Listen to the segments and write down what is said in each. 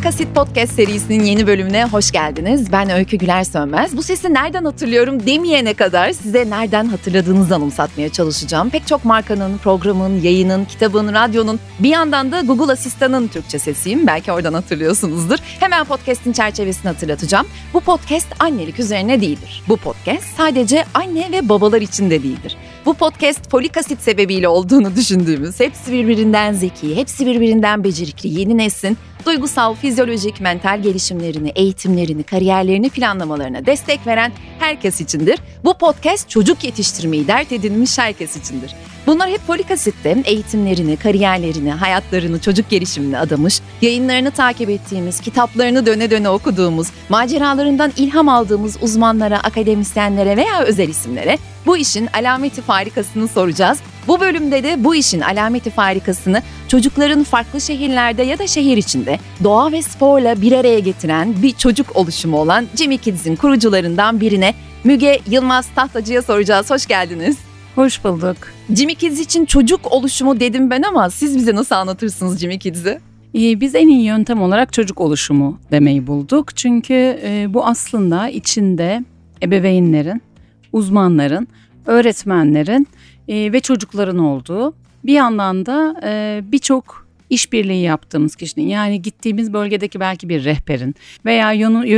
Folikasit Podcast serisinin yeni bölümüne hoş geldiniz. Ben Öykü Güler Sönmez. Bu sesi nereden hatırlıyorum demeyene kadar size nereden hatırladığınızı anımsatmaya çalışacağım. Pek çok markanın, programın, yayının, kitabın, radyonun, bir yandan da Google Asistan'ın Türkçe sesiyim. Belki oradan hatırlıyorsunuzdur. Hemen podcast'in çerçevesini hatırlatacağım. Bu podcast annelik üzerine değildir. Bu podcast sadece anne ve babalar için de değildir. Bu podcast folikasit sebebiyle olduğunu düşündüğümüz, hepsi birbirinden zeki, hepsi birbirinden becerikli yeni neslin duygusal, fizyolojik, mental gelişimlerini, eğitimlerini, kariyerlerini planlamalarına destek veren herkes içindir. Bu podcast çocuk yetiştirmeyi dert edinmiş herkes içindir. Bunlar hep Folikasit'te eğitimlerini, kariyerlerini, hayatlarını, çocuk gelişimini adamış, yayınlarını takip ettiğimiz, kitaplarını döne döne okuduğumuz, maceralarından ilham aldığımız uzmanlara, akademisyenlere veya özel isimlere bu işin alameti farikasını soracağız. Bu bölümde de bu işin alameti farikasını çocukların farklı şehirlerde ya da şehir içinde doğa ve sporla bir araya getiren bir çocuk oluşumu olan Jimmy Kids'in kurucularından birine Müge Yılmaz Tahtacı'ya soracağız. Hoş geldiniz. Hoş bulduk. Jimmy Kids için çocuk oluşumu dedim ben ama siz bize nasıl anlatırsınız Jimmy Kids'i? Biz en iyi yöntem olarak çocuk oluşumu demeyi bulduk. Çünkü bu aslında içinde ebeveynlerin, uzmanların, öğretmenlerin ve çocukların olduğu, bir yandan da birçok işbirliği yaptığımız kişinin, yani gittiğimiz bölgedeki belki bir rehberin veya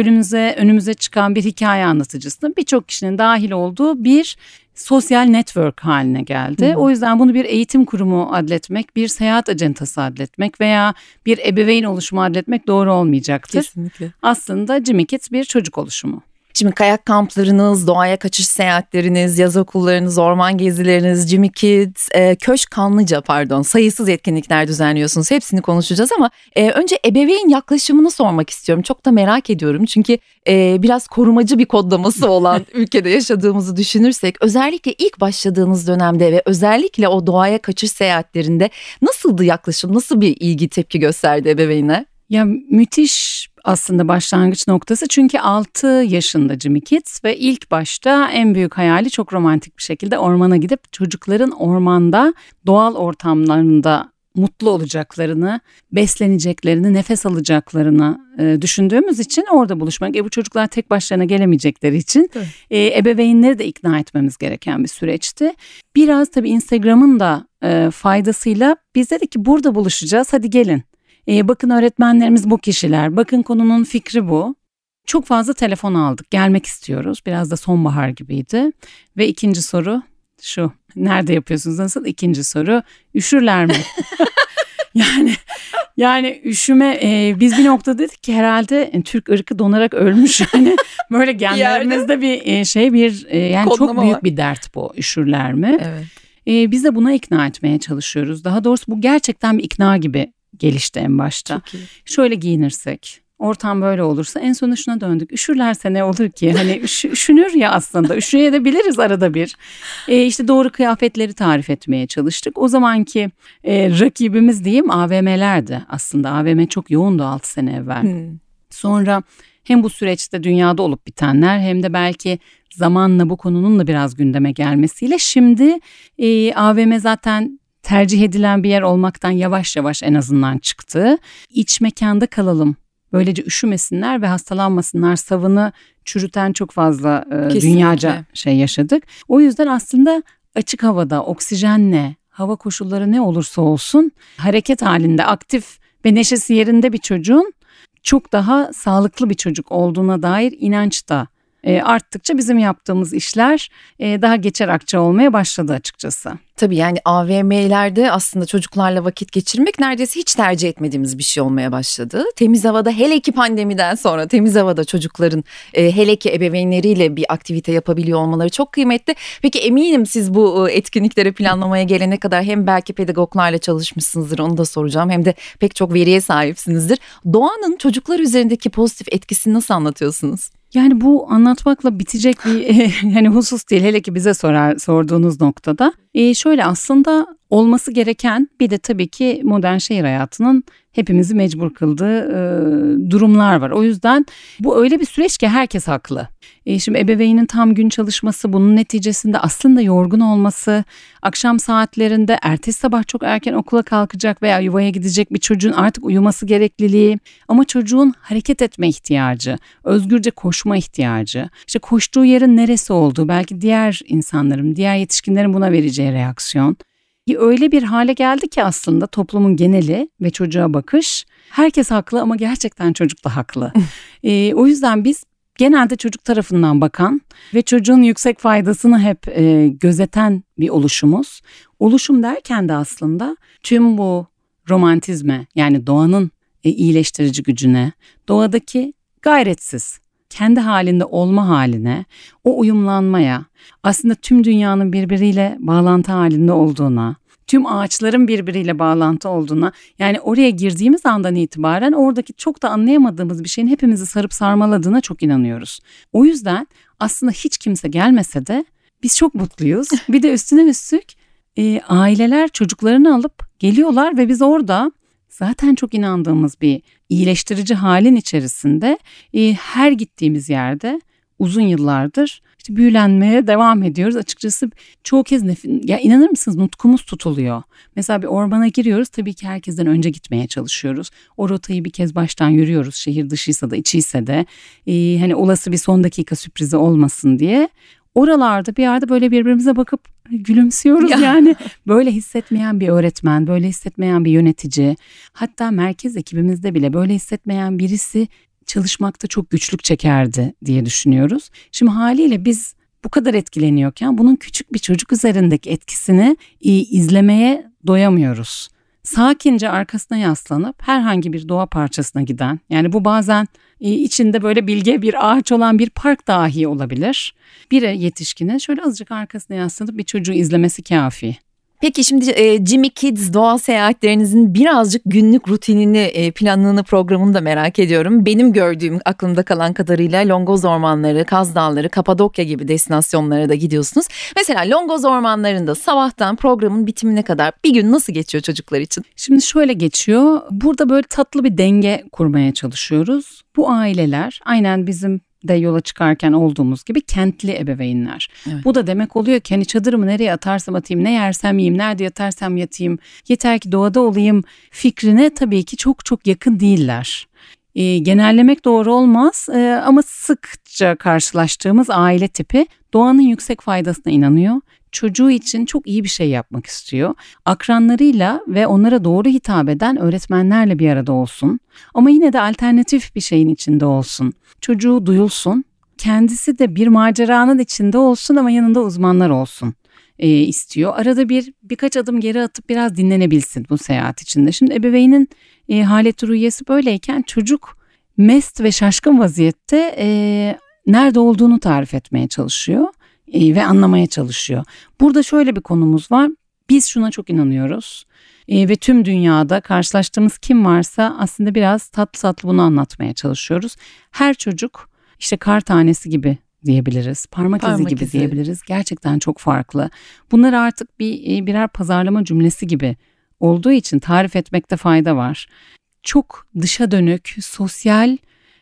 önümüze çıkan bir hikaye anlatıcısının, birçok kişinin dahil olduğu bir sosyal network haline geldi. O yüzden bunu bir eğitim kurumu adletmek, bir seyahat acentası adletmek veya bir ebeveyn oluşumu adletmek doğru olmayacaktır. Kesinlikle. Aslında Jimmy Kids bir çocuk oluşumu. Şimdi kayak kamplarınız, doğaya kaçış seyahatleriniz, yaz okullarınız, orman gezileriniz, Jimmy Kids, Köşk Kanlıca sayısız etkinlikler düzenliyorsunuz. Hepsini konuşacağız ama önce ebeveyn yaklaşımını sormak istiyorum. Çok da merak ediyorum çünkü biraz korumacı bir kodlaması olan ülkede yaşadığımızı düşünürsek, özellikle ilk başladığınız dönemde ve özellikle o doğaya kaçış seyahatlerinde nasıldı yaklaşım, nasıl bir ilgi tepki gösterdi ebeveynler? Ya müthiş aslında başlangıç noktası, çünkü 6 yaşında Jimmy Kids ve ilk başta en büyük hayali çok romantik bir şekilde ormana gidip çocukların ormanda, doğal ortamlarında mutlu olacaklarını, besleneceklerini, nefes alacaklarını düşündüğümüz için orada buluşmak. Bu çocuklar tek başlarına gelemeyecekleri için ebeveynleri de ikna etmemiz gereken bir süreçti. Biraz tabii Instagram'ın da faydasıyla biz dedik ki burada buluşacağız, hadi gelin. Bakın öğretmenlerimiz bu kişiler, bakın konunun fikri bu. Çok fazla telefon aldık, gelmek istiyoruz. Biraz da sonbahar gibiydi. Ve ikinci soru şu, nerede yapıyorsunuz, nasıl? İkinci soru, üşürler mi? yani üşüme, biz bir noktada dedik ki herhalde Türk ırkı donarak ölmüş. Yani böyle genlerimizde yani kodlama çok büyük var. Bir dert bu, üşürler mi? Evet. Biz de buna ikna etmeye çalışıyoruz. Daha doğrusu bu gerçekten bir ikna gibi gelişti en başta. Şöyle giyinirsek, ortam böyle olursa, en sonunda şuna döndük. Üşürlerse ne olur ki? Hani üşünür ya aslında. Üşüyebiliriz arada bir. İşte doğru kıyafetleri tarif etmeye çalıştık. O zamanki rakibimiz diyeyim AVM'lerdi aslında. AVM çok yoğundu 6 sene evvel. Sonra hem bu süreçte dünyada olup bitenler hem de belki zamanla bu konunun da biraz gündeme gelmesiyle şimdi AVM zaten tercih edilen bir yer olmaktan yavaş yavaş en azından çıktı. İç mekanda kalalım, böylece üşümesinler ve hastalanmasınlar savını çürüten çok fazla dünyaca yaşadık. O yüzden aslında açık havada, oksijenle, hava koşulları ne olursa olsun hareket halinde, aktif ve neşesi yerinde bir çocuğun çok daha sağlıklı bir çocuk olduğuna dair inanç da arttıkça bizim yaptığımız işler daha geçer akça olmaya başladı açıkçası. Tabii yani AVM'lerde aslında çocuklarla vakit geçirmek neredeyse hiç tercih etmediğimiz bir şey olmaya başladı. Temiz havada, hele ki pandemiden sonra temiz havada çocukların hele ki ebeveynleriyle bir aktivite yapabiliyor olmaları çok kıymetli. Peki eminim siz bu etkinlikleri planlamaya gelene kadar hem belki pedagoglarla çalışmışsınızdır, onu da soracağım, hem de pek çok veriye sahipsinizdir. Doğanın çocuklar üzerindeki pozitif etkisini nasıl anlatıyorsunuz? Yani bu anlatmakla bitecek bir husus değil, hele ki bize sorduğunuz noktada. Şöyle aslında olması gereken bir de tabii ki modern şehir hayatının hepimizi mecbur kıldığı durumlar var. O yüzden bu öyle bir süreç ki herkes haklı. Şimdi ebeveynin tam gün çalışması, bunun neticesinde aslında yorgun olması, akşam saatlerinde ertesi sabah çok erken okula kalkacak veya yuvaya gidecek bir çocuğun artık uyuması gerekliliği, ama çocuğun hareket etme ihtiyacı, özgürce koşma ihtiyacı, işte koştuğu yerin neresi olduğu, belki diğer insanların, diğer yetişkinlerin buna vereceği reaksiyon. Öyle bir hale geldi ki aslında toplumun geneli ve çocuğa bakış, herkes haklı ama gerçekten çocuk da haklı. O yüzden biz genelde çocuk tarafından bakan ve çocuğun yüksek faydasını hep gözeten bir oluşumuz. Oluşum derken de aslında tüm bu romantizme, yani doğanın iyileştirici gücüne, doğadaki gayretsiz, kendi halinde olma haline, o uyumlanmaya, aslında tüm dünyanın birbiriyle bağlantı halinde olduğuna, tüm ağaçların birbiriyle bağlantı olduğuna, yani oraya girdiğimiz andan itibaren oradaki çok da anlayamadığımız bir şeyin hepimizi sarıp sarmaladığına çok inanıyoruz. O yüzden aslında hiç kimse gelmese de biz çok mutluyuz. Bir de üstüne üstlük aileler çocuklarını alıp geliyorlar ve biz orada zaten çok inandığımız bir iyileştirici halin içerisinde her gittiğimiz yerde uzun yıllardır işte büyülenmeye devam ediyoruz. Açıkçası çoğu kez ya inanır mısınız, nutkumuz tutuluyor. Mesela bir ormana giriyoruz, tabii ki herkesten önce gitmeye çalışıyoruz. O rotayı bir kez baştan yürüyoruz, şehir dışıysa da içiyse de hani olası bir son dakika sürprizi olmasın diye. Oralarda bir yerde böyle birbirimize bakıp gülümsüyoruz yani. Böyle hissetmeyen bir öğretmen, böyle hissetmeyen bir yönetici, hatta merkez ekibimizde bile böyle hissetmeyen birisi çalışmakta çok güçlük çekerdi diye düşünüyoruz. Şimdi haliyle biz bu kadar etkileniyorken bunun küçük bir çocuk üzerindeki etkisini izlemeye doyamıyoruz. Sakince arkasına yaslanıp herhangi bir doğa parçasına giden, yani bu bazen içinde böyle bilge bir ağaç olan bir park dahi olabilir. Bir yetişkinin şöyle azıcık arkasına yaslanıp bir çocuğu izlemesi kafi. Peki şimdi Jimmy Kids doğa seyahatlerinizin birazcık günlük rutinini, planını, programını da merak ediyorum. Benim gördüğüm, aklımda kalan kadarıyla Longoz Ormanları, Kaz Dağları, Kapadokya gibi destinasyonlara da gidiyorsunuz. Mesela Longoz Ormanları'nda sabahtan programın bitimine kadar bir gün nasıl geçiyor çocuklar için? Şimdi şöyle geçiyor. Burada böyle tatlı bir denge kurmaya çalışıyoruz. Bu aileler aynen bizim de yola çıkarken olduğumuz gibi kentli ebeveynler. Evet. Bu da demek oluyor ki hani çadırımı nereye atarsam atayım, ne yersem yiyeyim, nerede yatarsam yatayım, yeter ki doğada olayım fikrine tabii ki çok çok yakın değiller. Genellemek doğru olmaz ama sıkça karşılaştığımız aile tipi doğanın yüksek faydasına inanıyor. Çocuğu için çok iyi bir şey yapmak istiyor. Akranlarıyla ve onlara doğru hitap eden öğretmenlerle bir arada olsun. Ama yine de alternatif bir şeyin içinde olsun. Çocuğu duyulsun. Kendisi de bir maceranın içinde olsun ama yanında uzmanlar olsun istiyor. Arada birkaç adım geri atıp biraz dinlenebilsin bu seyahat içinde. Şimdi ebeveynin haleti ruhiyesi böyleyken çocuk mest ve şaşkın vaziyette nerede olduğunu tarif etmeye çalışıyor. Ve anlamaya çalışıyor. Burada şöyle bir konumuz var. Biz şuna çok inanıyoruz. Ve tüm dünyada karşılaştığımız kim varsa aslında biraz tatlı tatlı bunu anlatmaya çalışıyoruz. Her çocuk işte kar tanesi gibi diyebiliriz. Parmak izi gibi diyebiliriz. Gerçekten çok farklı. Bunlar artık birer pazarlama cümlesi gibi olduğu için tarif etmekte fayda var. Çok dışa dönük, sosyal,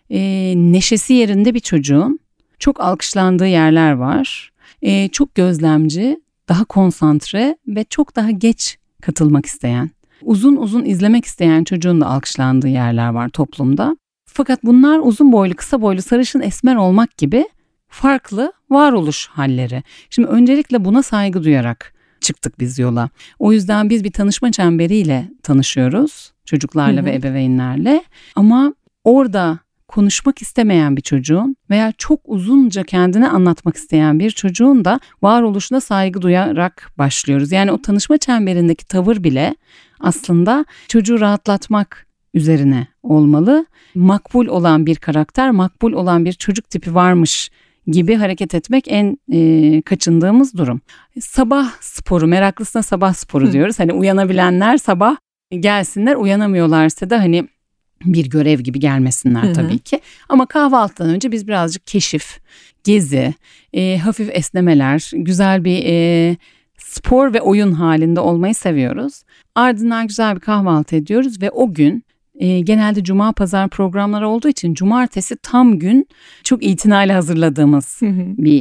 neşesi yerinde bir çocuğun çok alkışlandığı yerler var. Çok gözlemci, daha konsantre ve çok daha geç katılmak isteyen, uzun uzun izlemek isteyen çocuğun da alkışlandığı yerler var toplumda. Fakat bunlar uzun boylu, kısa boylu, sarışın, esmer olmak gibi farklı varoluş halleri. Şimdi öncelikle buna saygı duyarak çıktık biz yola. O yüzden biz bir tanışma çemberiyle tanışıyoruz çocuklarla ve ebeveynlerle. Ama orada konuşmak istemeyen bir çocuğun veya çok uzunca kendini anlatmak isteyen bir çocuğun da varoluşuna saygı duyarak başlıyoruz. Yani o tanışma çemberindeki tavır bile aslında çocuğu rahatlatmak üzerine olmalı. Makbul olan bir karakter, makbul olan bir çocuk tipi varmış gibi hareket etmek en kaçındığımız durum. Sabah sporu, meraklısına sabah sporu diyoruz. Hani uyanabilenler sabah gelsinler, uyanamıyorlarsa da hani bir görev gibi gelmesinler tabii ki. Ama kahvaltıdan önce biz birazcık keşif, gezi, hafif esnemeler, güzel bir spor ve oyun halinde olmayı seviyoruz. Ardından güzel bir kahvaltı ediyoruz ve o gün genelde cuma pazar programları olduğu için cumartesi tam gün çok itinayla hazırladığımız bir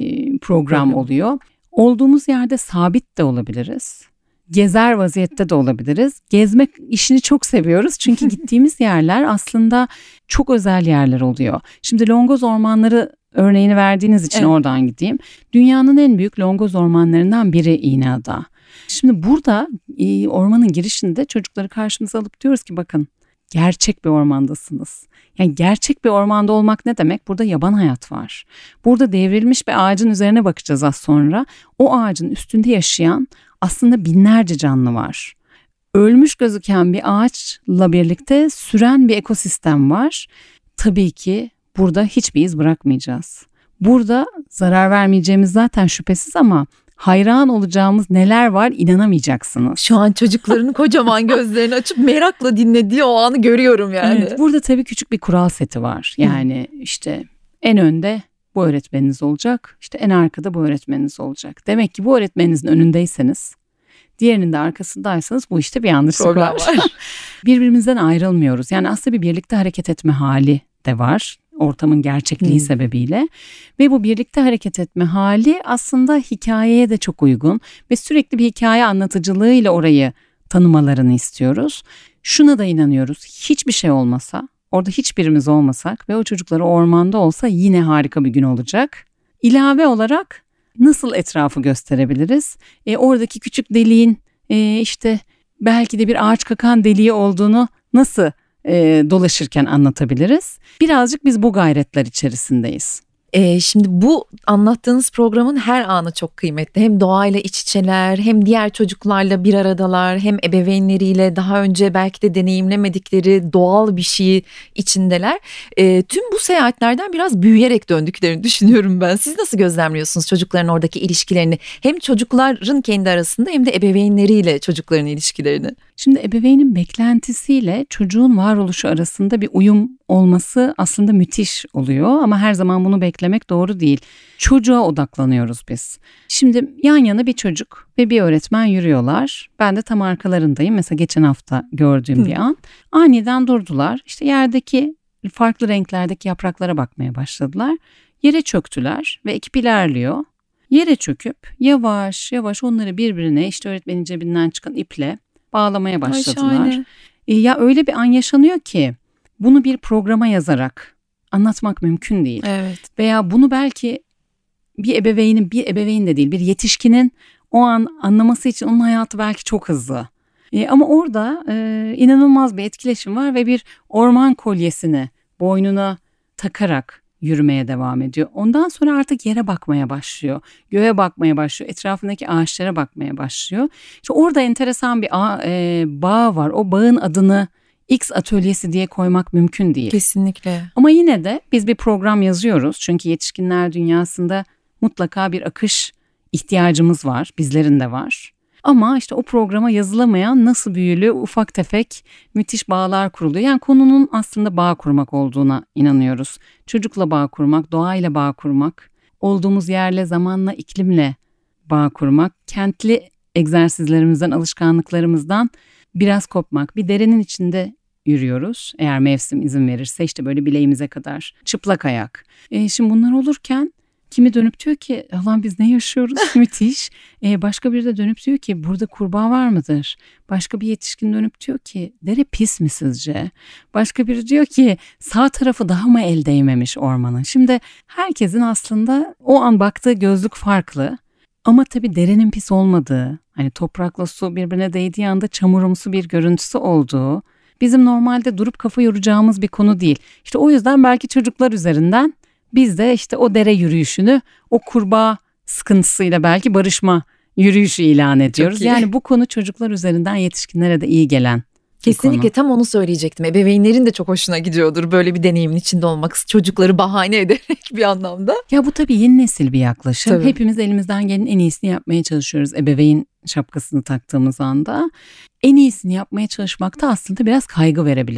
program oluyor. Olduğumuz yerde sabit de olabiliriz. Gezer vaziyette de olabiliriz. Gezmek işini çok seviyoruz. Çünkü gittiğimiz yerler aslında çok özel yerler oluyor. Şimdi Longoz Ormanları örneğini verdiğiniz için oradan gideyim. Dünyanın en büyük Longoz ormanlarından biri İğneada. Şimdi burada ormanın girişinde çocukları karşımıza alıp diyoruz ki bakın gerçek bir ormandasınız. Yani gerçek bir ormanda olmak ne demek? Burada yaban hayat var. Burada devrilmiş bir ağacın üzerine bakacağız az sonra. O ağacın üstünde yaşayan aslında binlerce canlı var. Ölmüş gözüken bir ağaçla birlikte süren bir ekosistem var. Tabii ki burada hiçbir iz bırakmayacağız. Burada zarar vermeyeceğimiz zaten şüphesiz ama hayran olacağımız neler var inanamayacaksınız. Şu an çocukların kocaman gözlerini açıp merakla dinlediği o anı görüyorum yani. Evet, burada tabii küçük bir kural seti var. Yani işte en önde bu öğretmeniniz olacak, işte en arkada bu öğretmeniniz olacak. Demek ki bu öğretmeninizin önündeyseniz, diğerinin de arkasındaysanız bu işte bir yanlışlık var. Birbirimizden ayrılmıyoruz. Yani aslında bir birlikte hareket etme hali de var. Ortamın gerçekliği sebebiyle ve bu birlikte hareket etme hali aslında hikayeye de çok uygun ve sürekli bir hikaye anlatıcılığıyla orayı tanımalarını istiyoruz. Şuna da inanıyoruz, hiçbir şey olmasa, orada hiçbirimiz olmasak ve o çocuklar ormanda olsa yine harika bir gün olacak. İlave olarak nasıl etrafı gösterebiliriz? Oradaki küçük deliğin işte belki de bir ağaç kakan deliği olduğunu nasıl dolaşırken anlatabiliriz? Birazcık biz bu gayretler içerisindeyiz. Şimdi bu anlattığınız programın her anı çok kıymetli. Hem doğayla iç içeler, hem diğer çocuklarla bir aradalar, hem ebeveynleriyle daha önce belki de deneyimlemedikleri doğal bir şeyi içindeler. Tüm bu seyahatlerden biraz büyüyerek döndüklerini düşünüyorum ben. Siz nasıl gözlemliyorsunuz çocukların oradaki ilişkilerini? Hem çocukların kendi arasında hem de ebeveynleriyle çocukların ilişkilerini. Şimdi ebeveynin beklentisiyle çocuğun varoluşu arasında bir uyum olması aslında müthiş oluyor ama her zaman bunu beklemek doğru değil. Çocuğa odaklanıyoruz biz. Şimdi yan yana bir çocuk ve bir öğretmen yürüyorlar. Ben de tam arkalarındayım. Mesela geçen hafta gördüğüm bir an. Aniden durdular. İşte yerdeki farklı renklerdeki yapraklara bakmaya başladılar. Yere çöktüler ve ekip ilerliyor. Yere çöküp yavaş yavaş onları birbirine işte öğretmenin cebinden çıkan iple bağlamaya başladılar. Ya öyle bir an yaşanıyor ki bunu bir programa yazarak anlatmak mümkün değil. Evet. Veya bunu belki bir ebeveyn de değil bir yetişkinin o an anlaması için onun hayatı belki çok hızlı. Ama orada inanılmaz bir etkileşim var ve bir orman kolyesini boynuna takarak yürümeye devam ediyor. Ondan sonra artık yere bakmaya başlıyor. Göğe bakmaya başlıyor. Etrafındaki ağaçlara bakmaya başlıyor. İşte orada enteresan bir bağ var. O bağın adını X atölyesi diye koymak mümkün değil. Kesinlikle. Ama yine de biz bir program yazıyoruz. Çünkü yetişkinler dünyasında mutlaka bir akış ihtiyacımız var. Bizlerin de var. Ama işte o programa yazılamayan nasıl büyülü ufak tefek müthiş bağlar kuruluyor. Yani konunun aslında bağ kurmak olduğuna inanıyoruz. Çocukla bağ kurmak, doğayla bağ kurmak, olduğumuz yerle, zamanla, iklimle bağ kurmak, kentli egzersizlerimizden, alışkanlıklarımızdan biraz kopmak. Bir derenin içinde yürüyoruz. Eğer mevsim izin verirse işte böyle bileğimize kadar çıplak ayak. Şimdi bunlar olurken kimi dönüp diyor ki Allah'ım biz ne yaşıyoruz müthiş. Başka biri de dönüp diyor ki burada kurbağa var mıdır? Başka bir yetişkin dönüp diyor ki dere pis mi sizce? Başka biri diyor ki sağ tarafı daha mı el değmemiş ormanın? Şimdi herkesin aslında o an baktığı gözlük farklı. Ama tabii derenin pis olmadığı, hani toprakla su birbirine değdiği anda çamurumsu bir görüntüsü olduğu, bizim normalde durup kafa yoracağımız bir konu değil. İşte o yüzden belki çocuklar üzerinden biz de işte o dere yürüyüşünü o kurbağa sıkıntısıyla belki barışma yürüyüşü ilan ediyoruz. Yani bu konu çocuklar üzerinden yetişkinlere de iyi gelen. Kesinlikle tam onu söyleyecektim. Ebeveynlerin de çok hoşuna gidiyordur böyle bir deneyimin içinde olmak. Çocukları bahane ederek bir anlamda. Ya bu tabii yeni nesil bir yaklaşım. Tabii. Hepimiz elimizden gelen en iyisini yapmaya çalışıyoruz ebeveyn şapkasını taktığımız anda. En iyisini yapmaya çalışmak da aslında biraz kaygı verebilir.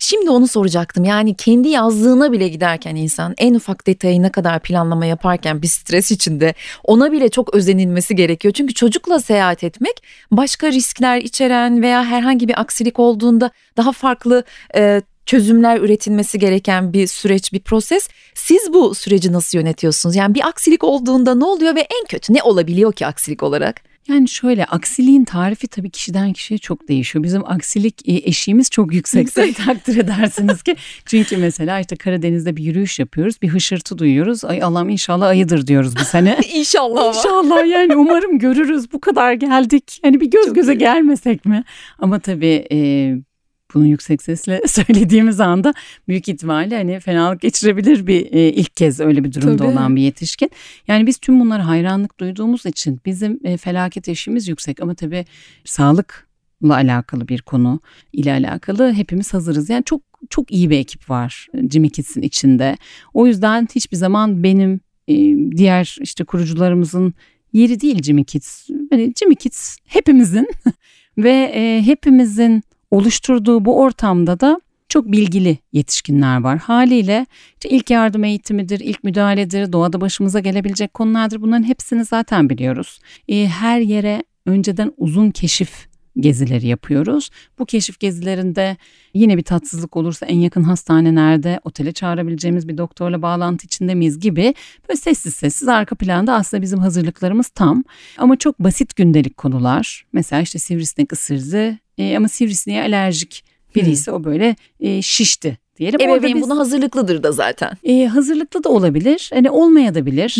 Şimdi onu soracaktım. Yani kendi yazlığına bile giderken insan en ufak detayına kadar planlama yaparken bir stres içinde, ona bile çok özenilmesi gerekiyor. Çünkü çocukla seyahat etmek başka riskler içeren veya herhangi bir aksilik olduğunda daha farklı çözümler üretilmesi gereken bir süreç, bir proses. Siz bu süreci nasıl yönetiyorsunuz? Yani bir aksilik olduğunda ne oluyor ve en kötü ne olabiliyor ki aksilik olarak? Yani şöyle, aksiliğin tarifi tabii kişiden kişiye çok değişiyor. Bizim aksilik eşiğimiz çok yüksek. Takdir edersiniz ki. Çünkü mesela işte Karadeniz'de bir yürüyüş yapıyoruz. Bir hışırtı duyuyoruz. Ay Allah'ım inşallah ayıdır diyoruz bu sene. İnşallah. İnşallah yani umarım görürüz. Bu kadar geldik. Hani bir göz çok göze gelmesek mi? Ama tabii bunu yüksek sesle söylediğimiz anda büyük ihtimalle hani fenalık geçirebilir bir ilk kez öyle bir durumda olan bir yetişkin. Yani biz tüm bunlara hayranlık duyduğumuz için bizim felaket eşiğimiz yüksek, ama tabii sağlıkla alakalı bir konu ile alakalı hepimiz hazırız. Yani çok çok iyi bir ekip var Jimmy Kids'in içinde. O yüzden hiçbir zaman benim diğer işte kurucularımızın yeri değil Jimmy Kids. Yani Jimmy Kids hepimizin ve hepimizin oluşturduğu bu ortamda da çok bilgili yetişkinler var. Haliyle işte ilk yardım eğitimidir, ilk müdahaledir, doğada başımıza gelebilecek konulardır. Bunların hepsini zaten biliyoruz. Her yere önceden uzun keşif gezileri yapıyoruz. Bu keşif gezilerinde yine bir tatsızlık olursa en yakın hastane nerede, otele çağırabileceğimiz bir doktorla bağlantı içinde miyiz gibi böyle sessiz sessiz arka planda aslında bizim hazırlıklarımız tam. Ama çok basit gündelik konular. Mesela işte sivrisinek ısırdı ama sivrisineğe alerjik birisi o böyle şişti diyelim. Ebeveyn buna hazırlıklıdır da zaten. Hazırlıklı da olabilir, hani olmayabilir.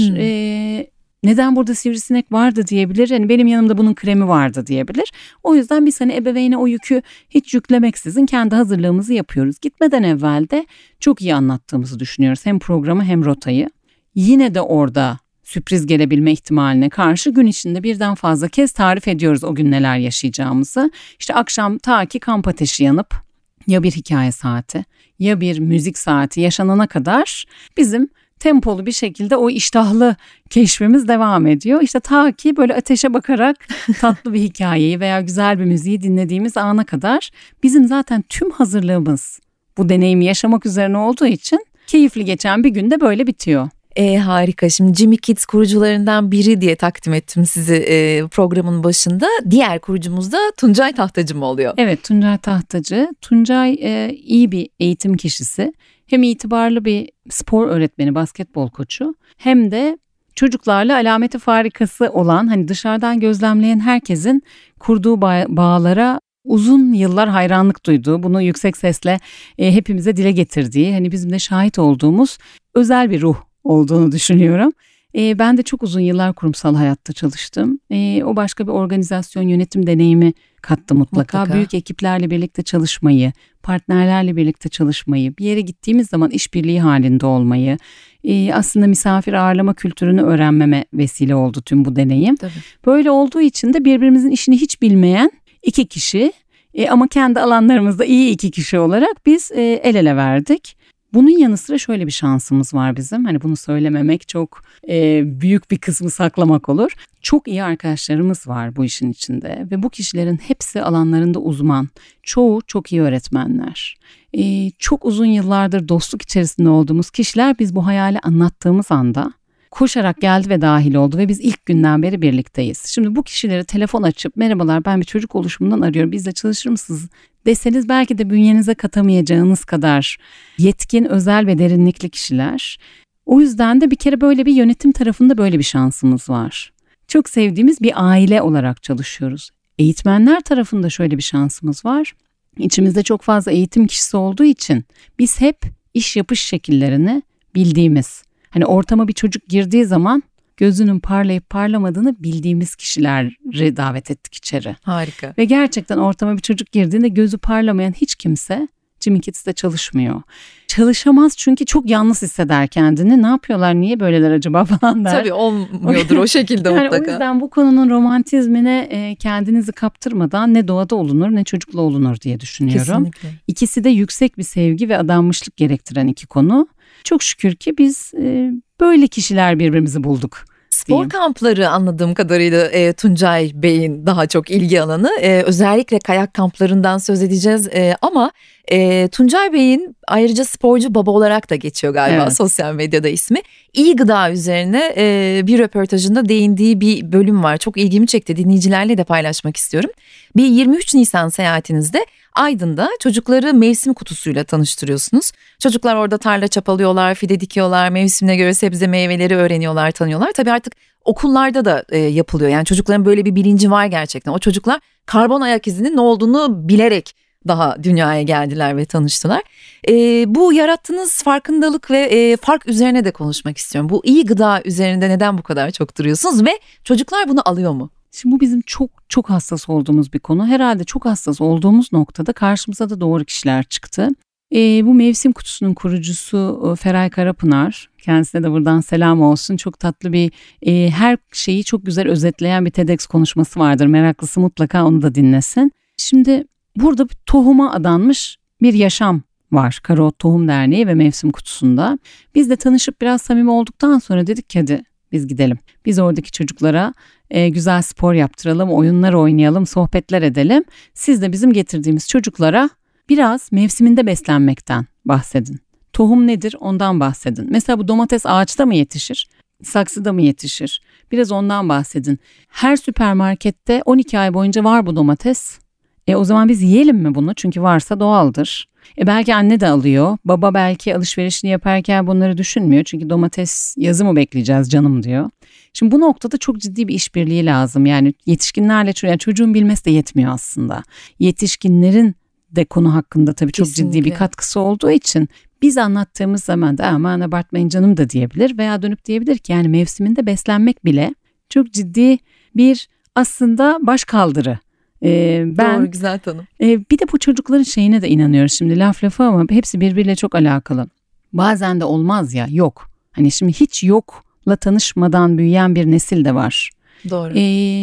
Neden burada sivrisinek vardı diyebilir. Yani benim yanımda bunun kremi vardı diyebilir. O yüzden biz hani ebeveyne o yükü hiç yüklemeksizin kendi hazırlığımızı yapıyoruz. Gitmeden evvel de çok iyi anlattığımızı düşünüyoruz. Hem programı hem rotayı. Yine de orada sürpriz gelebilme ihtimaline karşı gün içinde birden fazla kez tarif ediyoruz o gün neler yaşayacağımızı. İşte akşam ta ki kamp ateşi yanıp ya bir hikaye saati ya bir müzik saati yaşanana kadar bizim tempolu bir şekilde o iştahlı keşfimiz devam ediyor. İşte ta ki böyle ateşe bakarak tatlı bir hikayeyi veya güzel bir müziği dinlediğimiz ana kadar bizim zaten tüm hazırlığımız bu deneyimi yaşamak üzerine olduğu için keyifli geçen bir günde böyle bitiyor. Harika. Şimdi Jimmy Kids kurucularından biri diye takdim ettim sizi programın başında. Diğer kurucumuz da Tuncay Tahtacı mı oluyor? Evet, Tuncay Tahtacı. Tuncay iyi bir eğitim kişisi. Hem itibarlı bir spor öğretmeni, basketbol koçu, hem de çocuklarla alameti farikası olan, hani dışarıdan gözlemleyen herkesin kurduğu bağlara uzun yıllar hayranlık duyduğu, bunu yüksek sesle hepimize dile getirdiği, hani bizim de şahit olduğumuz özel bir ruh olduğunu düşünüyorum. Ben de çok uzun yıllar kurumsal hayatta çalıştım. O başka bir organizasyon yönetim deneyimi kattı mutlaka. Büyük ekiplerle birlikte çalışmayı, partnerlerle birlikte çalışmayı, bir yere gittiğimiz zaman işbirliği halinde olmayı, aslında misafir ağırlama kültürünü öğrenmeme vesile oldu tüm bu deneyim. Tabii. Böyle olduğu için de birbirimizin işini hiç bilmeyen iki kişi ama kendi alanlarımızda iyi iki kişi olarak biz el ele verdik. Bunun yanı sıra şöyle bir şansımız var bizim. Hani bunu söylememek çok büyük bir kısmı saklamak olur. Çok iyi arkadaşlarımız var bu işin içinde ve bu kişilerin hepsi alanlarında uzman. Çoğu çok iyi öğretmenler. Çok uzun yıllardır dostluk içerisinde olduğumuz kişiler biz bu hayali anlattığımız anda koşarak geldi ve dahil oldu ve biz ilk günden beri birlikteyiz. Şimdi bu kişileri telefon açıp merhabalar ben bir çocuk oluşumundan arıyorum, bizle çalışır mısınız deseniz belki de bünyenize katamayacağınız kadar yetkin, özel ve derinlikli kişiler. O yüzden de bir kere böyle bir yönetim tarafında böyle bir şansımız var. Çok sevdiğimiz bir aile olarak çalışıyoruz. Eğitmenler tarafında şöyle bir şansımız var. İçimizde çok fazla eğitim kişisi olduğu için biz hep iş yapış şekillerini bildiğimiz, hani ortama bir çocuk girdiği zaman gözünün parlayıp parlamadığını bildiğimiz kişileri davet ettik içeri. Harika. Ve gerçekten ortama bir çocuk girdiğinde gözü parlamayan hiç kimse Jimmy Kids'te çalışmıyor. Çalışamaz çünkü çok yalnız hisseder kendini. Ne yapıyorlar, niye böyleler acaba falan der. Tabii olmuyordur o şekilde yani mutlaka. O yüzden bu konunun romantizmine kendinizi kaptırmadan ne doğada olunur ne çocukla olunur diye düşünüyorum. Kesinlikle. İkisi de yüksek bir sevgi ve adanmışlık gerektiren iki konu. Çok şükür ki biz böyle kişiler birbirimizi bulduk. Spor kampları anladığım kadarıyla Tuncay Bey'in daha çok ilgi alanı. Özellikle kayak kamplarından söz edeceğiz ama Tuncay Bey'in ayrıca sporcu baba olarak da geçiyor galiba sosyal medyada ismi. İyi gıda üzerine bir röportajında değindiği bir bölüm var. Çok ilgimi çekti, dinleyicilerle de paylaşmak istiyorum. Bir 23 Nisan seyahatinizde Aydın'da çocukları mevsim kutusuyla tanıştırıyorsunuz. Çocuklar orada tarla çapalıyorlar, fide dikiyorlar, mevsimine göre sebze meyveleri öğreniyorlar, tanıyorlar. Tabii artık okullarda da yapılıyor. Yani çocukların böyle bir bilinci var gerçekten. O çocuklar karbon ayak izinin ne olduğunu bilerek daha dünyaya geldiler ve tanıştılar. Bu yarattığınız farkındalık ve fark üzerine de konuşmak istiyorum. Bu iyi gıda üzerinde neden bu kadar çok duruyorsunuz ve çocuklar bunu alıyor mu? Şimdi bu bizim çok çok hassas olduğumuz bir konu. Herhalde çok hassas olduğumuz noktada karşımıza da doğru kişiler çıktı. Bu mevsim kutusunun kurucusu Feray Karapınar, kendisine de buradan selam olsun. Çok tatlı bir her şeyi çok güzel özetleyen bir TEDx konuşması vardır. Meraklısı mutlaka onu da dinlesin. Şimdi burada bir tohuma adanmış bir yaşam var. Karaot Tohum Derneği ve Mevsim Kutusu'nda. Biz de tanışıp biraz samimi olduktan sonra dedik ki hadi biz gidelim. Biz oradaki çocuklara güzel spor yaptıralım, oyunlar oynayalım, sohbetler edelim. Siz de bizim getirdiğimiz çocuklara biraz mevsiminde beslenmekten bahsedin. Tohum nedir ondan bahsedin. Mesela bu domates ağaçta mı yetişir? Saksıda mı yetişir? Biraz ondan bahsedin. Her süpermarkette 12 ay boyunca var bu domates. O zaman biz yiyelim mi bunu? Çünkü varsa doğaldır. Belki anne de alıyor. Baba belki alışverişini yaparken bunları düşünmüyor. Çünkü domates yazı mı bekleyeceğiz canım diyor. Şimdi bu noktada çok ciddi bir işbirliği lazım. Yani yetişkinlerle çocuğun bilmesi de yetmiyor aslında. Yetişkinlerin de konu hakkında tabii çok ciddi bir katkısı olduğu için biz anlattığımız zaman da aman abartmayın canım da diyebilir veya dönüp diyebilir ki yani mevsiminde beslenmek bile çok ciddi bir aslında başkaldırı. Doğru, güzel tanım. Bir de bu çocukların şeyine de inanıyoruz şimdi laf lafa ama hepsi birbiriyle çok alakalı. Bazen de olmaz ya yok. Hani şimdi hiç yokla tanışmadan büyüyen bir nesil de var. Doğru.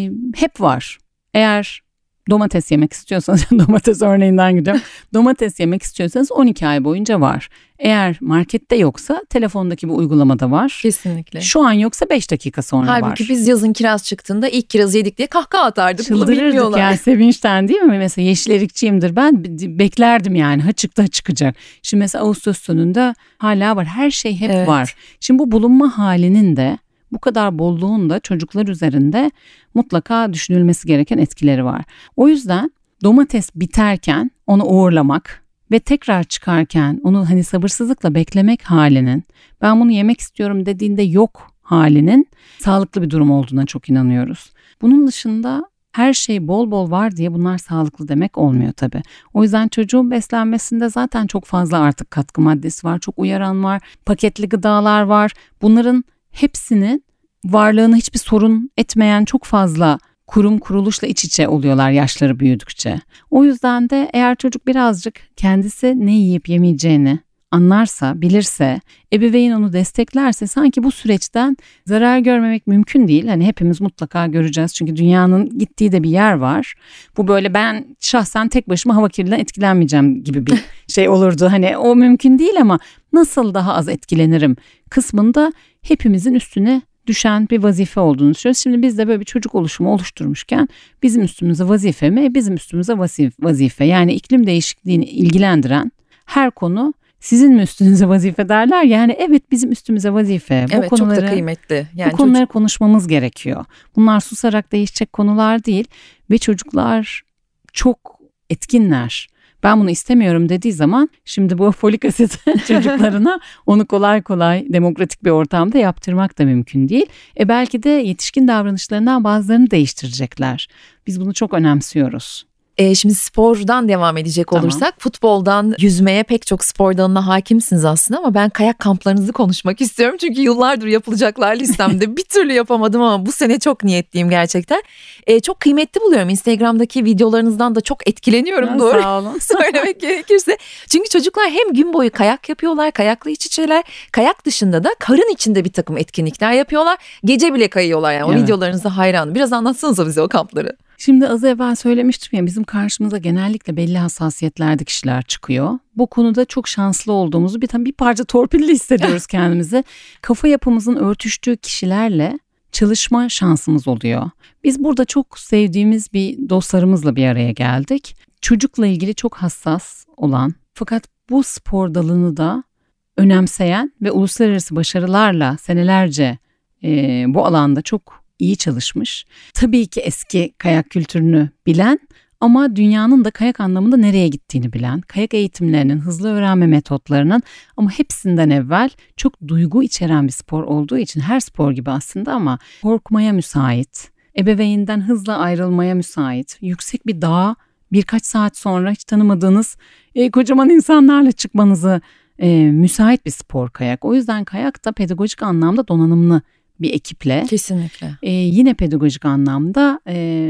Hep var. Eğer domates yemek istiyorsanız domates örneğinden gidiyorum. Domates yemek istiyorsanız 12 ay boyunca var. Eğer markette yoksa telefondaki bir uygulamada var. Kesinlikle. Şu an yoksa 5 dakika sonra var. Halbuki biz yazın kiraz çıktığında ilk kirazı yedik diye kahkaha atardık. Çıldırırdık yani sevinçten değil mi? Mesela yeşil erikçiyimdir ben beklerdim yani ha çıktı ha çıkacak. Şimdi mesela Ağustos sonunda hala var her şey hep var. Şimdi bu bulunma halinin de bu kadar bolluğun da çocuklar üzerinde mutlaka düşünülmesi gereken etkileri var. O yüzden domates biterken onu uğurlamak ve tekrar çıkarken onu hani sabırsızlıkla beklemek halinin ben bunu yemek istiyorum dediğinde yok halinin sağlıklı bir durum olduğuna çok inanıyoruz. Bunun dışında her şey bol bol var diye bunlar sağlıklı demek olmuyor tabii. O yüzden çocuğun beslenmesinde zaten çok fazla artık katkı maddesi var, çok uyaran var, paketli gıdalar var. Bunların hepsinin varlığını hiçbir sorun etmeyen çok fazla kurum kuruluşla iç içe oluyorlar yaşları büyüdükçe. O yüzden de eğer çocuk birazcık kendisi ne yiyip yemeyeceğini anlarsa, bilirse, ebeveyn onu desteklerse sanki bu süreçten zarar görmemek mümkün değil. Hani hepimiz mutlaka göreceğiz çünkü dünyanın gittiği de bir yer var. Bu böyle ben şahsen tek başıma hava kirliliğinden etkilenmeyeceğim gibi bir şey olurdu. Hani o mümkün değil ama nasıl daha az etkilenirim kısmında hepimizin üstüne düşen bir vazife olduğunu düşünüyoruz. Şimdi biz de böyle bir çocuk oluşumu oluşturmuşken bizim üstümüze vazife mi? Bizim üstümüze vazife. Yani iklim değişikliğini ilgilendiren her konu sizin mi üstünüze vazife derler. Yani evet bizim üstümüze vazife. Evet, çok da kıymetli. Yani bu konuları konuşmamız gerekiyor. Bunlar susarak değişecek konular değil ve çocuklar çok etkinler. Ben bunu istemiyorum dediği zaman şimdi bu folik asit çocuklarına onu kolay kolay demokratik bir ortamda yaptırmak da mümkün değil. Belki de yetişkin davranışlarından bazılarını değiştirecekler. Biz bunu çok önemsiyoruz. Şimdi spordan devam edecek olursak futboldan yüzmeye pek çok spor dalına hakimsiniz aslında ama ben kayak kamplarınızı konuşmak istiyorum. Çünkü yıllardır yapılacaklar listemde bir türlü yapamadım ama bu sene çok niyetliyim gerçekten. Çok kıymetli buluyorum. Instagram'daki videolarınızdan da çok etkileniyorum doğru. Sağ olun. Söylemek gerekirse. Çünkü çocuklar hem gün boyu kayak yapıyorlar, kayakla iç içeler. Kayak dışında da karın içinde bir takım etkinlikler yapıyorlar. Gece bile kayıyorlar yani. O videolarınıza hayranım. Biraz anlatsanıza bize o kampları. Şimdi az evvel söylemiştim ya bizim karşımıza genellikle belli hassasiyetlerde kişiler çıkıyor. Bu konuda çok şanslı olduğumuzu bir parça torpilli hissediyoruz kendimizi. Kafa yapımızın örtüştüğü kişilerle çalışma şansımız oluyor. Biz burada çok sevdiğimiz bir dostlarımızla bir araya geldik. Çocukla ilgili çok hassas olan Fakat bu spor dalını da önemseyen ve uluslararası başarılarla senelerce bu alanda çok iyi çalışmış. Tabii ki eski kayak kültürünü bilen ama dünyanın da kayak anlamında nereye gittiğini bilen, kayak eğitimlerinin, hızlı öğrenme metotlarının ama hepsinden evvel çok duygu içeren bir spor olduğu için her spor gibi aslında ama korkmaya müsait, ebeveyninden hızla ayrılmaya müsait, yüksek bir dağa birkaç saat sonra hiç tanımadığınız kocaman insanlarla çıkmanızı müsait bir spor kayak. O yüzden kayak da pedagojik anlamda donanımlı bir ekiple. Kesinlikle. Yine pedagojik anlamda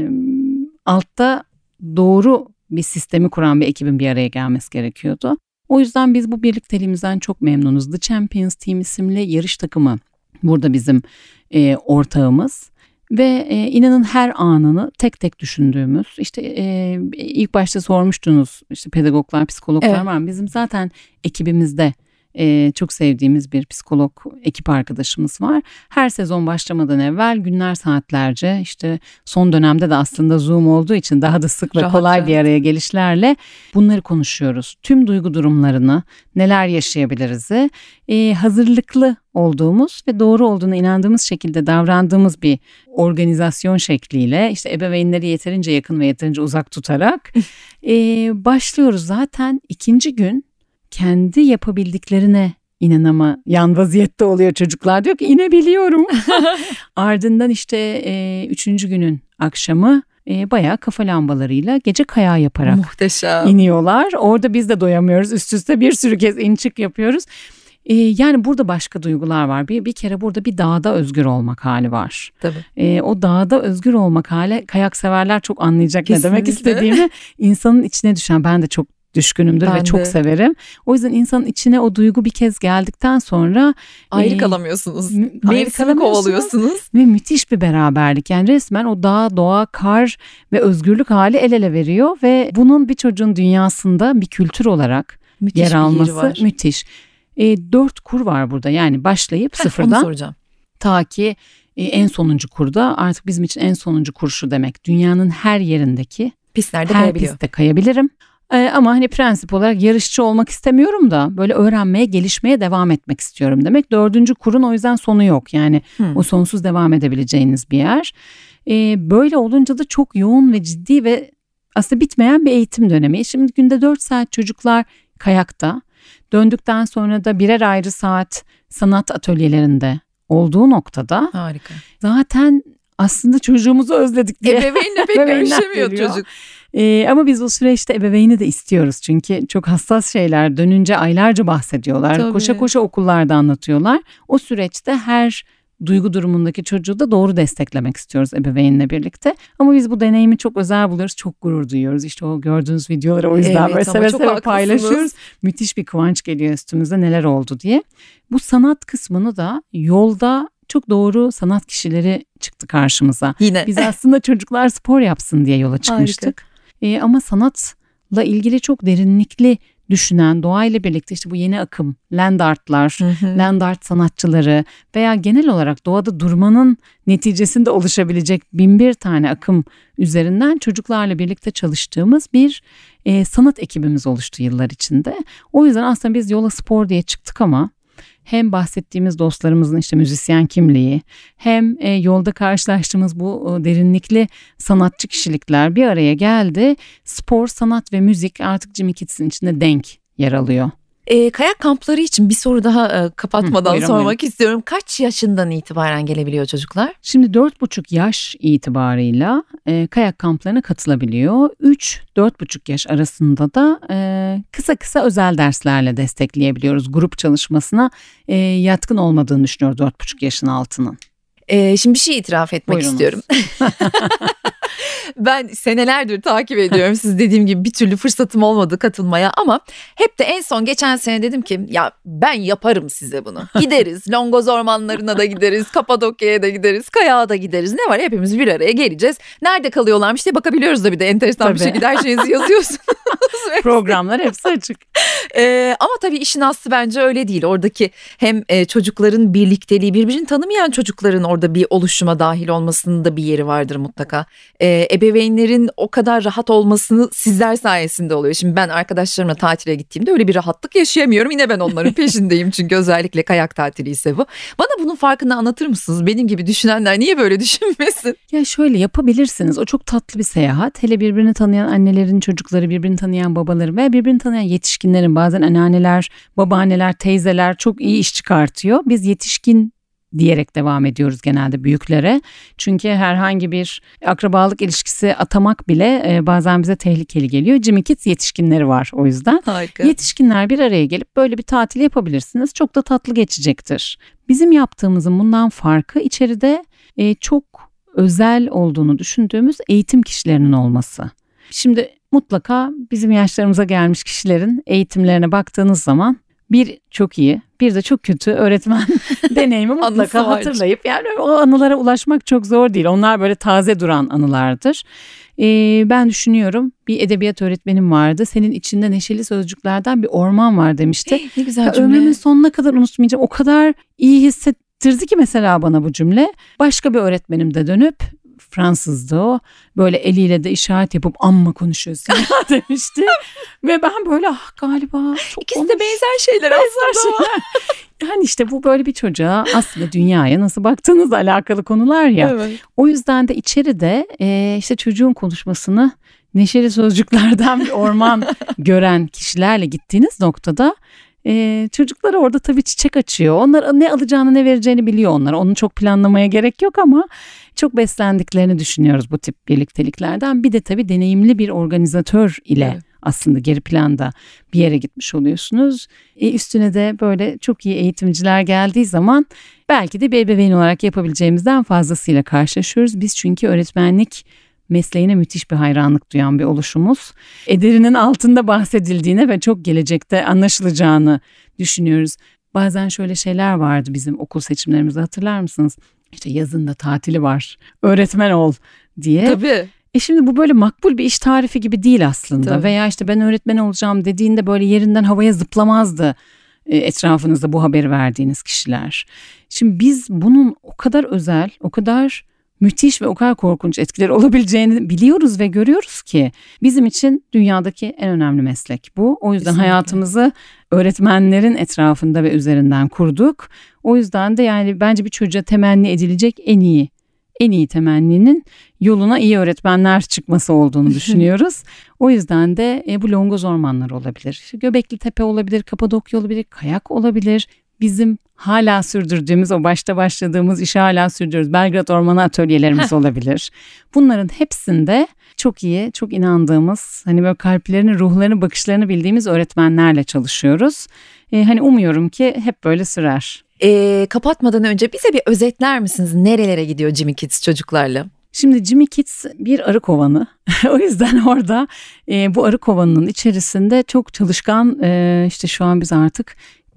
altta doğru bir sistemi kuran bir ekibin bir araya gelmesi gerekiyordu. O yüzden biz bu birlikteliğimizden çok memnunuz. The Champions Team isimli yarış takımı burada bizim ortağımız. Ve inanın her anını tek tek düşündüğümüz, işte ilk başta sormuştunuz işte pedagoglar, psikologlar evet. var mı? Bizim zaten ekibimizde çok sevdiğimiz bir psikolog ekip arkadaşımız var. Her sezon başlamadan evvel günler saatlerce işte son dönemde de aslında Zoom olduğu için daha da sık ve kolay bir araya gelişlerle bunları konuşuyoruz. Tüm duygu durumlarını, neler yaşayabiliriz'i hazırlıklı olduğumuz ve doğru olduğuna inandığımız şekilde davrandığımız bir organizasyon şekliyle işte ebeveynleri yeterince yakın ve yeterince uzak tutarak başlıyoruz. Zaten ikinci gün kendi yapabildiklerine inanamayan vaziyette oluyor çocuklar. Diyor ki inebiliyorum. Ardından işte 3. günün akşamı bayağı kafa lambalarıyla gece kayağı yaparak muhteşem iniyorlar. Orada biz de doyamıyoruz. Üst üste bir sürü kez in çık yapıyoruz. Yani burada başka duygular var. Bir kere burada bir dağda özgür olmak hali var. Tabii. O dağda özgür olmak hali kayak severler çok anlayacak kesinlikle. Ne demek istediğimi. İnsanın içine düşen, ben de çok düşkünümdür ve çok severim. O yüzden insanın içine o duygu bir kez geldikten sonra ayrı kalamıyorsunuz. Mevsimi kovalıyorsunuz. Ve müthiş bir beraberlik. Yani resmen o dağ, doğa, kar ve özgürlük hali el ele veriyor ve bunun bir çocuğun dünyasında bir kültür olarak müthiş yer alması müthiş. 4 kur var burada. Yani başlayıp sıfırdan ta ki en sonuncu kurda, artık bizim için en sonuncu kur şu demek: dünyanın her yerindeki pistlerde her pistte kayabilirim. Ama hani prensip olarak yarışçı olmak istemiyorum da böyle öğrenmeye, gelişmeye devam etmek istiyorum demek. 4. kurun o yüzden sonu yok. Yani o sonsuz devam edebileceğiniz bir yer. Böyle olunca da çok yoğun ve ciddi ve aslında bitmeyen bir eğitim dönemi. Şimdi günde 4 saat çocuklar kayakta. Döndükten sonra da birer ayrı saat sanat atölyelerinde olduğu noktada. Harika. Zaten aslında çocuğumuzu özledik diye. Ebeveynle pek görüşemiyor çocuk. Ama biz o süreçte ebeveyni de istiyoruz. Çünkü çok hassas şeyler, dönünce aylarca bahsediyorlar. Tabii. Koşa koşa okullarda anlatıyorlar. O süreçte her duygu durumundaki çocuğu da doğru desteklemek istiyoruz ebeveynle birlikte. Ama biz bu deneyimi çok özel buluyoruz. Çok gurur duyuyoruz. İşte o gördüğünüz videoları o yüzden böyle seve seve paylaşıyoruz. Müthiş bir kıvanç geliyor üstümüze, neler oldu diye. Bu sanat kısmını da yolda çok doğru sanat kişileri çıktı karşımıza. Yine. Biz aslında çocuklar spor yapsın diye yola çıkmıştık. Ama sanatla ilgili çok derinlikli düşünen, doğayla birlikte işte bu yeni akım, land artlar, land art sanatçıları veya genel olarak doğada durmanın neticesinde oluşabilecek 1001 tane akım üzerinden çocuklarla birlikte çalıştığımız bir sanat ekibimiz oluştu yıllar içinde. O yüzden aslında biz yola spor diye çıktık ama hem bahsettiğimiz dostlarımızın işte müzisyen kimliği, hem yolda karşılaştığımız bu derinlikli sanatçı kişilikler bir araya geldi. Spor, sanat ve müzik artık Jimmy Kids'in içinde denk yer alıyor. Kayak kampları için bir soru daha kapatmadan sormak istiyorum. Kaç yaşından itibaren gelebiliyor çocuklar? Şimdi 4,5 yaş itibarıyla kayak kamplarına katılabiliyor. 3-4,5 yaş arasında da kısa kısa özel derslerle destekleyebiliyoruz. Grup çalışmasına yatkın olmadığını düşünüyoruz 4,5 yaşın altının. Şimdi bir şey itiraf etmek istiyorum. Ben senelerdir takip ediyorum. Siz dediğim gibi bir türlü fırsatım olmadı katılmaya ama hep de en son geçen sene dedim ki ya ben yaparım size bunu. Gideriz, Longoz ormanlarına da gideriz, Kapadokya'ya da gideriz, kayağa da gideriz. Ne var, hepimiz bir araya geleceğiz. Nerede kalıyorlarmış diye bakabiliyoruz da bir de enteresan bir şekilde her şeyinizi yazıyorsunuz. Programlar hepsi açık. Ama tabii işin aslı bence öyle değil. Oradaki hem çocukların birlikteliği, birbirini tanımayan çocukların orada orada bir oluşuma dahil olmasının da bir yeri vardır mutlaka. Ebeveynlerin o kadar rahat olmasını sizler sayesinde oluyor. Şimdi ben arkadaşlarımla tatile gittiğimde öyle bir rahatlık yaşayamıyorum. Yine ben onların peşindeyim çünkü özellikle kayak tatili ise bu. Bana bunun farkını anlatır mısınız? Benim gibi düşünenler niye böyle düşünmesin? Ya şöyle yapabilirsiniz. O çok tatlı bir seyahat. Hele birbirini tanıyan annelerin çocukları, birbirini tanıyan babaları ve birbirini tanıyan yetişkinlerin, bazen anneanneler, babaanneler, teyzeler çok iyi iş çıkartıyor. Biz yetişkin diyerek devam ediyoruz genelde büyüklere. Çünkü herhangi bir akrabalık ilişkisi atamak bile bazen bize tehlikeli geliyor. Jimmy Kids yetişkinleri var o yüzden. Harika. Yetişkinler bir araya gelip böyle bir tatil yapabilirsiniz. Çok da tatlı geçecektir. Bizim yaptığımızın bundan farkı içeride çok özel olduğunu düşündüğümüz eğitim kişilerinin olması. Şimdi mutlaka bizim yaşlarımıza gelmiş kişilerin eğitimlerine baktığınız zaman bir çok iyi, bir de çok kötü öğretmen deneyimi mutlaka hatırlayıp yani o anılara ulaşmak çok zor değil. Onlar böyle taze duran anılardır. Ben düşünüyorum, bir edebiyat öğretmenim vardı. Senin içinde neşeli sözcüklerden bir orman var demişti. Ne güzel cümle. Ömrümün sonuna kadar unutmayacağım. O kadar iyi hissettirdi ki mesela bana bu cümle. Başka bir öğretmenim de dönüp, Fransızdı o, böyle eliyle de işaret yapıp amma konuşuyorsun demişti. Ve ben böyle galiba çok İkisi de benzer şeyler aslında. Yani işte bu böyle bir çocuğa aslında dünyaya nasıl baktığınızla alakalı konular ya. Evet. O yüzden de içeride işte çocuğun konuşmasını neşeli sözcüklerden bir orman gören kişilerle gittiğiniz noktada çocuklar orada tabii çiçek açıyor. Onlar ne alacağını ne vereceğini biliyor onlar. Onu çok planlamaya gerek yok ama çok beslendiklerini düşünüyoruz bu tip birlikteliklerden. Bir de tabii deneyimli bir organizatör ile aslında geri planda bir yere gitmiş oluyorsunuz. Üstüne de böyle çok iyi eğitimciler geldiği zaman belki de bir ebeveyn olarak yapabileceğimizden fazlasıyla karşılaşıyoruz. Biz çünkü öğretmenlik mesleğine müthiş bir hayranlık duyan bir oluşumuz. Ederinin altında bahsedildiğine ve çok gelecekte anlaşılacağını düşünüyoruz. Bazen şöyle şeyler vardı bizim okul seçimlerimizde, hatırlar mısınız? İşte yazın da tatili var, öğretmen ol diye. Tabii. Şimdi bu böyle makbul bir iş tarifi gibi değil aslında. Tabii. Veya işte ben öğretmen olacağım dediğinde böyle yerinden havaya zıplamazdı etrafınızda bu haberi verdiğiniz kişiler. Şimdi biz bunun o kadar özel, o kadar müthiş ve o kadar korkunç etkileri olabileceğini biliyoruz ve görüyoruz ki bizim için dünyadaki en önemli meslek bu. O yüzden kesinlikle hayatımızı öğretmenlerin etrafında ve üzerinden kurduk. O yüzden de yani bence bir çocuğa temenni edilecek en iyi temenninin yoluna iyi öğretmenler çıkması olduğunu düşünüyoruz. O yüzden de bu Longoz ormanları olabilir, işte Göbekli Tepe olabilir, Kapadokya olabilir, kayak olabilir. Bizim hala sürdürdüğümüz, o başta başladığımız işi hala sürdürüyoruz. Belgrad Ormanı atölyelerimiz olabilir. Bunların hepsinde çok iyi, çok inandığımız, hani böyle kalplerini, ruhlarını, bakışlarını bildiğimiz öğretmenlerle çalışıyoruz. Hani umuyorum ki hep böyle sürer. Kapatmadan önce bize bir özetler misiniz? Nerelere gidiyor Jimmy Kids çocuklarla? Şimdi Jimmy Kids bir arı kovanı. O yüzden orada bu arı kovanının içerisinde çok çalışkan, işte şu an biz artık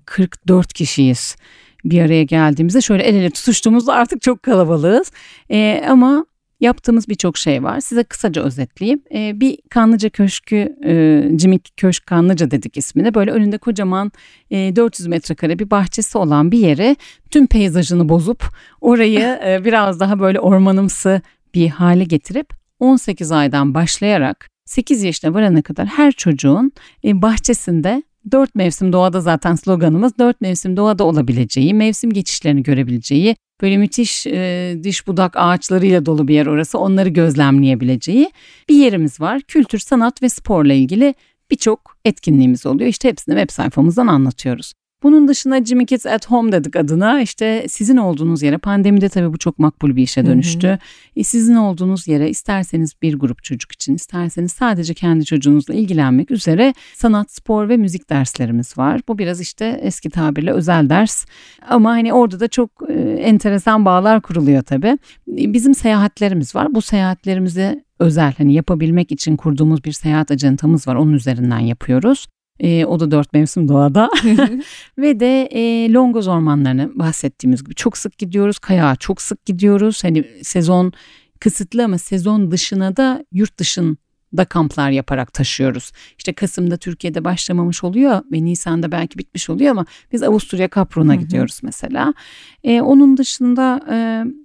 44 kişiyiz bir araya geldiğimizde. Şöyle el ele tutuştuğumuzda artık çok kalabalığız. Ama yaptığımız birçok şey var. Size kısaca özetleyeyim. Bir Kanlıca Köşkü, Jimmy Köşk Kanlıca dedik ismine. Böyle önünde kocaman 400 metrekare bir bahçesi olan bir yere tüm peyzajını bozup orayı biraz daha böyle ormanımsı bir hale getirip 18 aydan başlayarak 8 yaşına varana kadar her çocuğun bahçesinde 4 mevsim doğada, zaten sloganımız 4 mevsim doğada olabileceği, mevsim geçişlerini görebileceği, böyle müthiş diş budak ağaçlarıyla dolu bir yer orası, onları gözlemleyebileceği bir yerimiz var. Kültür, sanat ve sporla ilgili birçok etkinliğimiz oluyor. İşte hepsini web sayfamızdan anlatıyoruz. Bunun dışında Jimmy Kids at Home dedik adına. İşte sizin olduğunuz yere, pandemide tabii bu çok makbul bir işe dönüştü. Sizin olduğunuz yere isterseniz bir grup çocuk için, isterseniz sadece kendi çocuğunuzla ilgilenmek üzere sanat, spor ve müzik derslerimiz var. Bu biraz işte eski tabirle özel ders. Ama hani orada da çok enteresan bağlar kuruluyor tabii. Bizim seyahatlerimiz var. Bu seyahatlerimizi özel, hani yapabilmek için kurduğumuz bir seyahat ajantamız var. Onun üzerinden yapıyoruz. O da 4 mevsim doğada ve de Longoz ormanlarına bahsettiğimiz gibi çok sık gidiyoruz. Kayağa çok sık gidiyoruz. Hani sezon kısıtlı ama sezon dışına da yurt dışında kamplar yaparak taşıyoruz. İşte Kasım'da Türkiye'de başlamamış oluyor ve Nisan'da belki bitmiş oluyor ama biz Avusturya Kaprun'a gidiyoruz mesela. Onun dışında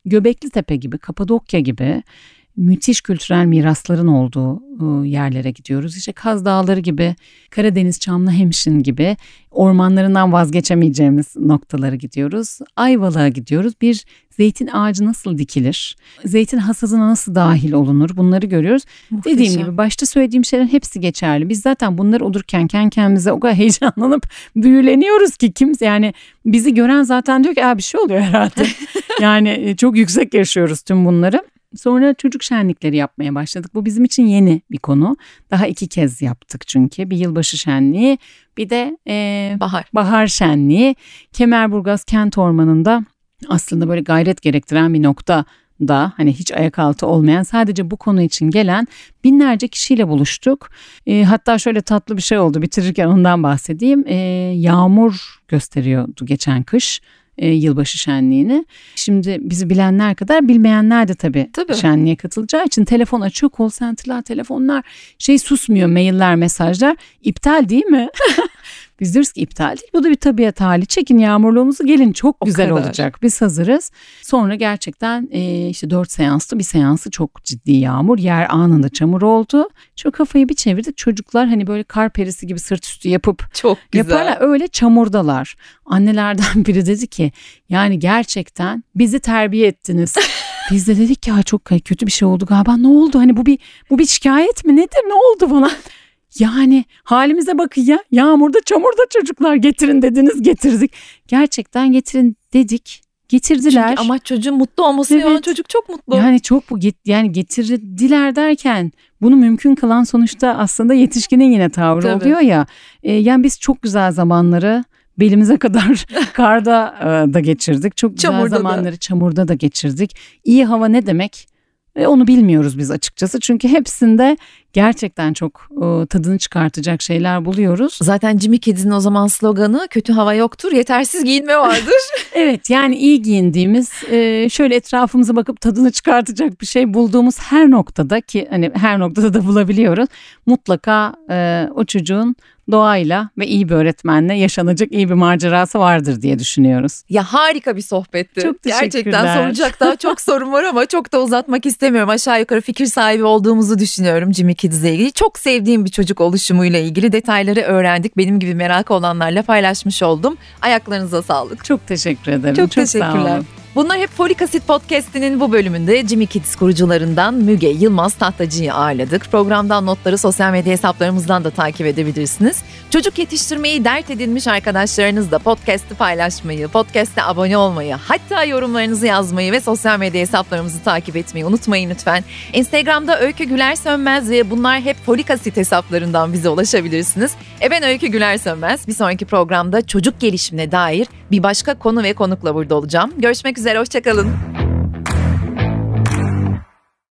Göbeklitepe gibi, Kapadokya gibi müthiş kültürel mirasların olduğu yerlere gidiyoruz. İşte Kaz Dağları gibi, Karadeniz Çamlıhemşin gibi ormanlarından vazgeçemeyeceğimiz noktalara gidiyoruz. Ayvalık'a gidiyoruz. Bir zeytin ağacı nasıl dikilir? Zeytin hasadına nasıl dahil olunur? Bunları görüyoruz. Muhteşem. Dediğim gibi başta söylediğim şeylerin hepsi geçerli. Biz zaten bunları olurken kendi kendimize o kadar heyecanlanıp büyüleniyoruz ki kimse, yani bizi gören zaten diyor ki bir şey oluyor herhalde. Yani çok yüksek yaşıyoruz tüm bunları. Sonra çocuk şenlikleri yapmaya başladık. Bu bizim için yeni bir konu. Daha 2 kez yaptık çünkü. Bir yılbaşı şenliği, bir de bahar şenliği. Kemerburgaz Kent Ormanı'nda aslında böyle gayret gerektiren bir nokta da, hani hiç ayak altı olmayan, sadece bu konu için gelen binlerce kişiyle buluştuk. Hatta şöyle tatlı bir şey oldu, bitirirken ondan bahsedeyim. Yağmur gösteriyordu geçen kış yılbaşı şenliğini. Şimdi bizi bilenler kadar bilmeyenler de tabii şenliğe katılacağı için telefon açıyor, call center'lar, telefonlar susmuyor, mailler, mesajlar. İptal değil mi? Biz diyoruz ki iptal değil. Bu da bir tabiat hali. Çekin yağmurluğumuzu, gelin, çok güzel olacak. Biz hazırız. Sonra gerçekten işte 4 seanstı. Bir seansı çok ciddi yağmur. Yer anında çamur oldu. Şu kafayı bir çevirdik. Çocuklar hani böyle kar perisi gibi sırt üstü yapıp çok güzel yaparlar. Öyle çamurdalar. Annelerden biri dedi ki yani gerçekten bizi terbiye ettiniz. Biz de dedik ki çok kötü bir şey oldu galiba. Ne oldu? Hani bu bir şikayet mi? Nedir? Ne oldu falan? Yani halimize bakın ya. Yağmurda, çamurda çocuklar, getirin dediniz, getirdik. Gerçekten getirin dedik. Getirdiler. Çünkü amaç çocuğun mutlu olması. Evet. Çocuk çok mutlu. Yani yani getirdiler derken bunu mümkün kılan sonuçta aslında yetişkinin yine tavrı oluyor ya. Yani biz çok güzel zamanları belimize kadar karda da geçirdik. Çok güzel zamanları çamurda da geçirdik. İyi hava ne demek? Onu bilmiyoruz biz açıkçası. Çünkü hepsinde gerçekten çok tadını çıkartacak şeyler buluyoruz. Zaten Jimmy Kids'in o zaman sloganı kötü hava yoktur, yetersiz giyinme vardır. Evet, yani iyi giyindiğimiz, şöyle etrafımıza bakıp tadını çıkartacak bir şey bulduğumuz her noktada, ki hani her noktada da bulabiliyoruz. Mutlaka o çocuğun doğayla ve iyi bir öğretmenle yaşanacak iyi bir macerası vardır diye düşünüyoruz. Ya harika bir sohbetti. Çok teşekkürler. Gerçekten soracak daha çok sorum var ama çok da uzatmak istemiyorum. Aşağı yukarı fikir sahibi olduğumuzu düşünüyorum Jimmy Kids'le ilgili. Çok sevdiğim bir çocuk oluşumuyla ilgili detayları öğrendik. Benim gibi merak olanlarla paylaşmış oldum. Ayaklarınıza sağlık. Çok teşekkür ederim. Çok teşekkürler. Bunlar hep Folik Asit Podcast'inin bu bölümünde Jimmy Kids kurucularından Müge Yılmaz Tahtacı'yı ağırladık. Programdan notları sosyal medya hesaplarımızdan da takip edebilirsiniz. Çocuk yetiştirmeyi dert edinmiş arkadaşlarınızla podcast'ı paylaşmayı, podcast'e abone olmayı, hatta yorumlarınızı yazmayı ve sosyal medya hesaplarımızı takip etmeyi unutmayın lütfen. Instagram'da Öykü Güler Sönmez ve bunlar hep Folik Asit hesaplarından bize ulaşabilirsiniz. Ben Öykü Güler Sönmez. Bir sonraki programda çocuk gelişimine dair bir başka konu ve konukla burada olacağım. Görüşmek üzere, hoşça kalın.